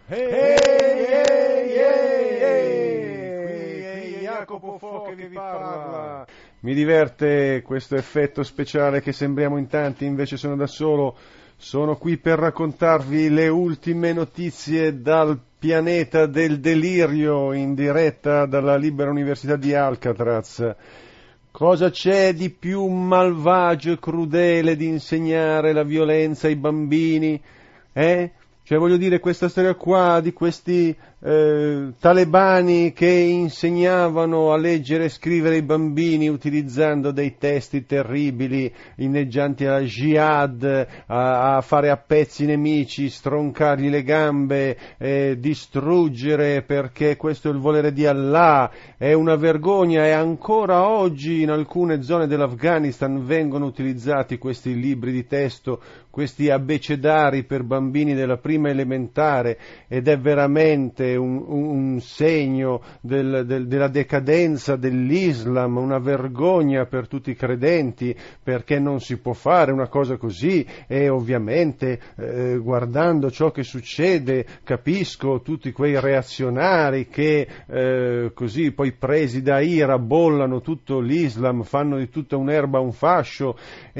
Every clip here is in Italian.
Qui è Jacopo Fo che vi parla. Mi diverte questo effetto speciale che sembriamo in tanti, invece sono da solo. Sono qui per raccontarvi le ultime notizie dal pianeta del delirio, in diretta dalla Libera Università di Alcatraz. Cosa c'è di più malvagio e crudele di insegnare la violenza ai bambini? Cioè, voglio dire, questa storia qua di questi talebani che insegnavano a leggere e scrivere ai bambini utilizzando dei testi terribili, inneggianti alla jihad, a fare a pezzi i nemici, stroncargli le gambe, distruggere, perché questo è il volere di Allah. È una vergogna, e ancora oggi in alcune zone dell'Afghanistan vengono utilizzati questi libri di testo, questi abbecedari per bambini della prima elementare, ed è veramente un segno della decadenza dell'Islam, una vergogna per tutti i credenti, perché non si può fare una cosa così. E ovviamente guardando ciò che succede capisco tutti quei reazionari che così poi presi da ira bollano tutto l'Islam, fanno di tutta un'erba un fascio,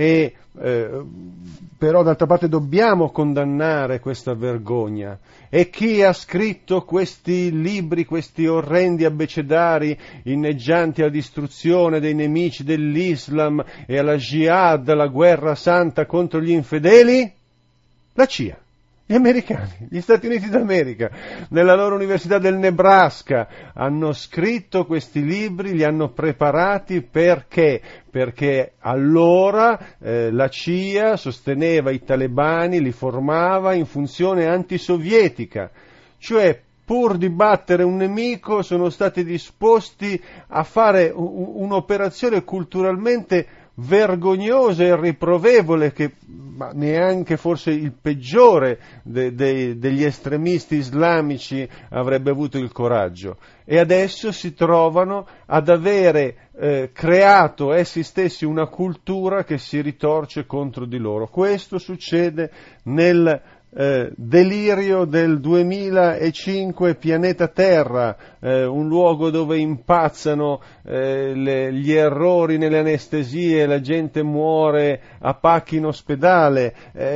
però d'altra parte dobbiamo condannare questa vergogna. E chi ha scritto questi libri, questi orrendi abbecedari inneggianti alla distruzione dei nemici dell'Islam e alla jihad, alla guerra santa contro gli infedeli? La CIA. Gli americani, gli Stati Uniti d'America, nella loro università del Nebraska, hanno scritto questi libri, li hanno preparati perché? Perché allora la CIA sosteneva i talebani, li formava in funzione antisovietica, cioè pur di battere un nemico sono stati disposti a fare un'operazione culturalmente vergognosa e riprovevole che neanche forse il peggiore degli estremisti islamici avrebbe avuto il coraggio. E adesso si trovano ad avere creato essi stessi una cultura che si ritorce contro di loro. Questo succede nel delirio del 2005 pianeta Terra, un luogo dove impazzano gli errori nelle anestesie, la gente muore a pacchi in ospedale,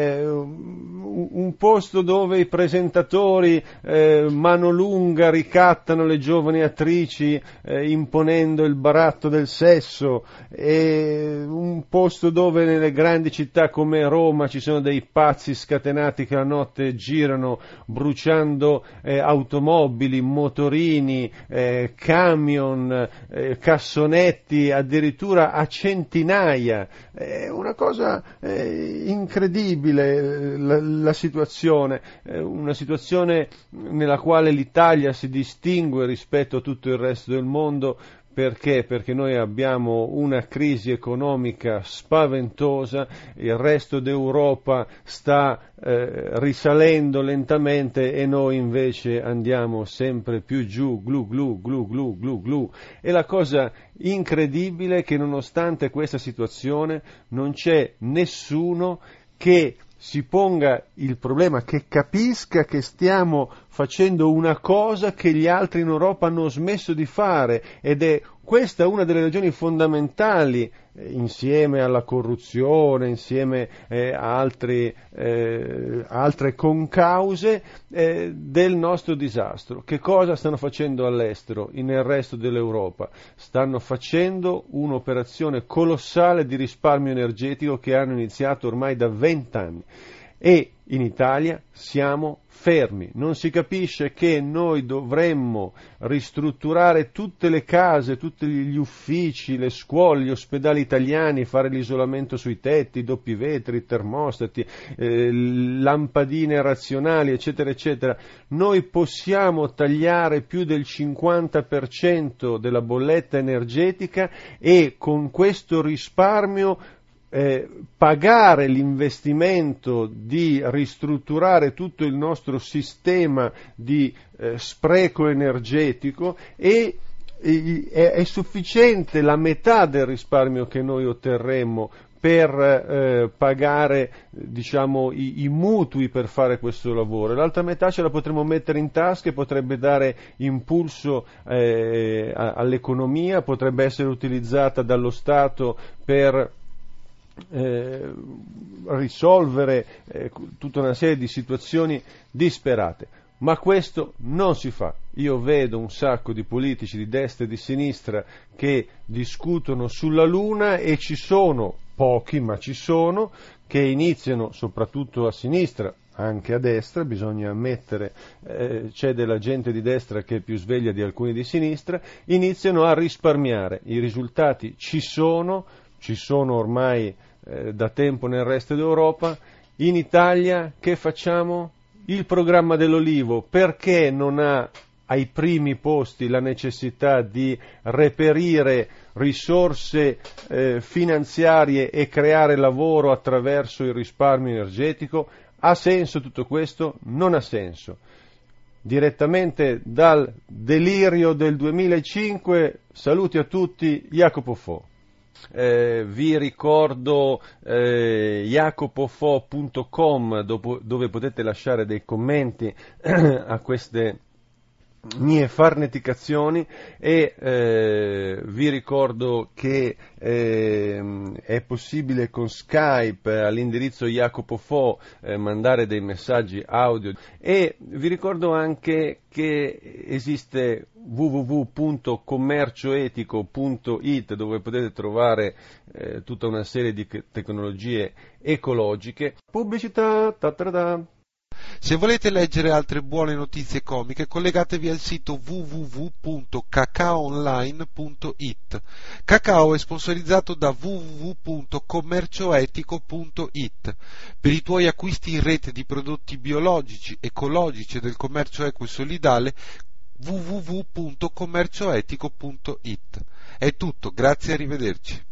un posto dove i presentatori mano lunga ricattano le giovani attrici imponendo il baratto del sesso, un posto dove nelle grandi città come Roma ci sono dei pazzi scatenati che la notte girano bruciando automobili, motorini, camion, cassonetti, addirittura a centinaia. È una cosa incredibile la situazione, una situazione nella quale l'Italia si distingue rispetto a tutto il resto del mondo. Perché? Perché noi abbiamo una crisi economica spaventosa, il resto d'Europa sta risalendo lentamente e noi invece andiamo sempre più giù, glu glu glu glu glu glu. E la cosa incredibile è che nonostante questa situazione non c'è nessuno che si ponga il problema, che capisca che stiamo facendo una cosa che gli altri in Europa hanno smesso di fare, ed è questa una delle ragioni fondamentali, insieme alla corruzione, insieme a altre concause del nostro disastro. Che cosa stanno facendo all'estero, nel resto dell'Europa? Stanno facendo un'operazione colossale di risparmio energetico che hanno iniziato ormai da 20 anni. E in Italia siamo fermi, non si capisce che noi dovremmo ristrutturare tutte le case, tutti gli uffici, le scuole, gli ospedali italiani, fare l'isolamento sui tetti, doppi vetri, termostati, lampadine razionali, eccetera, eccetera. Noi possiamo tagliare più del 50% della bolletta energetica e con questo risparmio pagare l'investimento di ristrutturare tutto il nostro sistema di spreco energetico, e è sufficiente la metà del risparmio che noi otterremmo per pagare diciamo i mutui per fare questo lavoro, l'altra metà ce la potremmo mettere in tasca e potrebbe dare impulso all'economia, potrebbe essere utilizzata dallo Stato per risolvere tutta una serie di situazioni disperate. Ma questo non si fa. Io vedo un sacco di politici di destra e di sinistra che discutono sulla Luna, e ci sono pochi, ma ci sono, che iniziano, soprattutto a sinistra, anche a destra, bisogna ammettere, c'è della gente di destra che è più sveglia di alcuni di sinistra, iniziano a risparmiare. I risultati ci sono ormai da tempo nel resto d'Europa. In Italia che facciamo? Il programma dell'olivo, perché non ha ai primi posti la necessità di reperire risorse finanziarie e creare lavoro attraverso il risparmio energetico? Ha senso tutto questo? Non ha senso. Direttamente dal delirio del 2005, saluti a tutti, Jacopo Fo. Vi ricordo jacopofo.com dove potete lasciare dei commenti a queste mie farneticazioni, e vi ricordo che è possibile con Skype all'indirizzo Jacopo Fo mandare dei messaggi audio, e vi ricordo anche che esiste www.commercioetico.it dove potete trovare tutta una serie di tecnologie ecologiche. Pubblicità, ta-ta-da. Se volete leggere altre buone notizie comiche, collegatevi al sito www.cacaoonline.it. Cacao è sponsorizzato da www.commercioetico.it. Per i tuoi acquisti in rete di prodotti biologici, ecologici e del commercio equo e solidale, www.commercioetico.it. È tutto, grazie e arrivederci.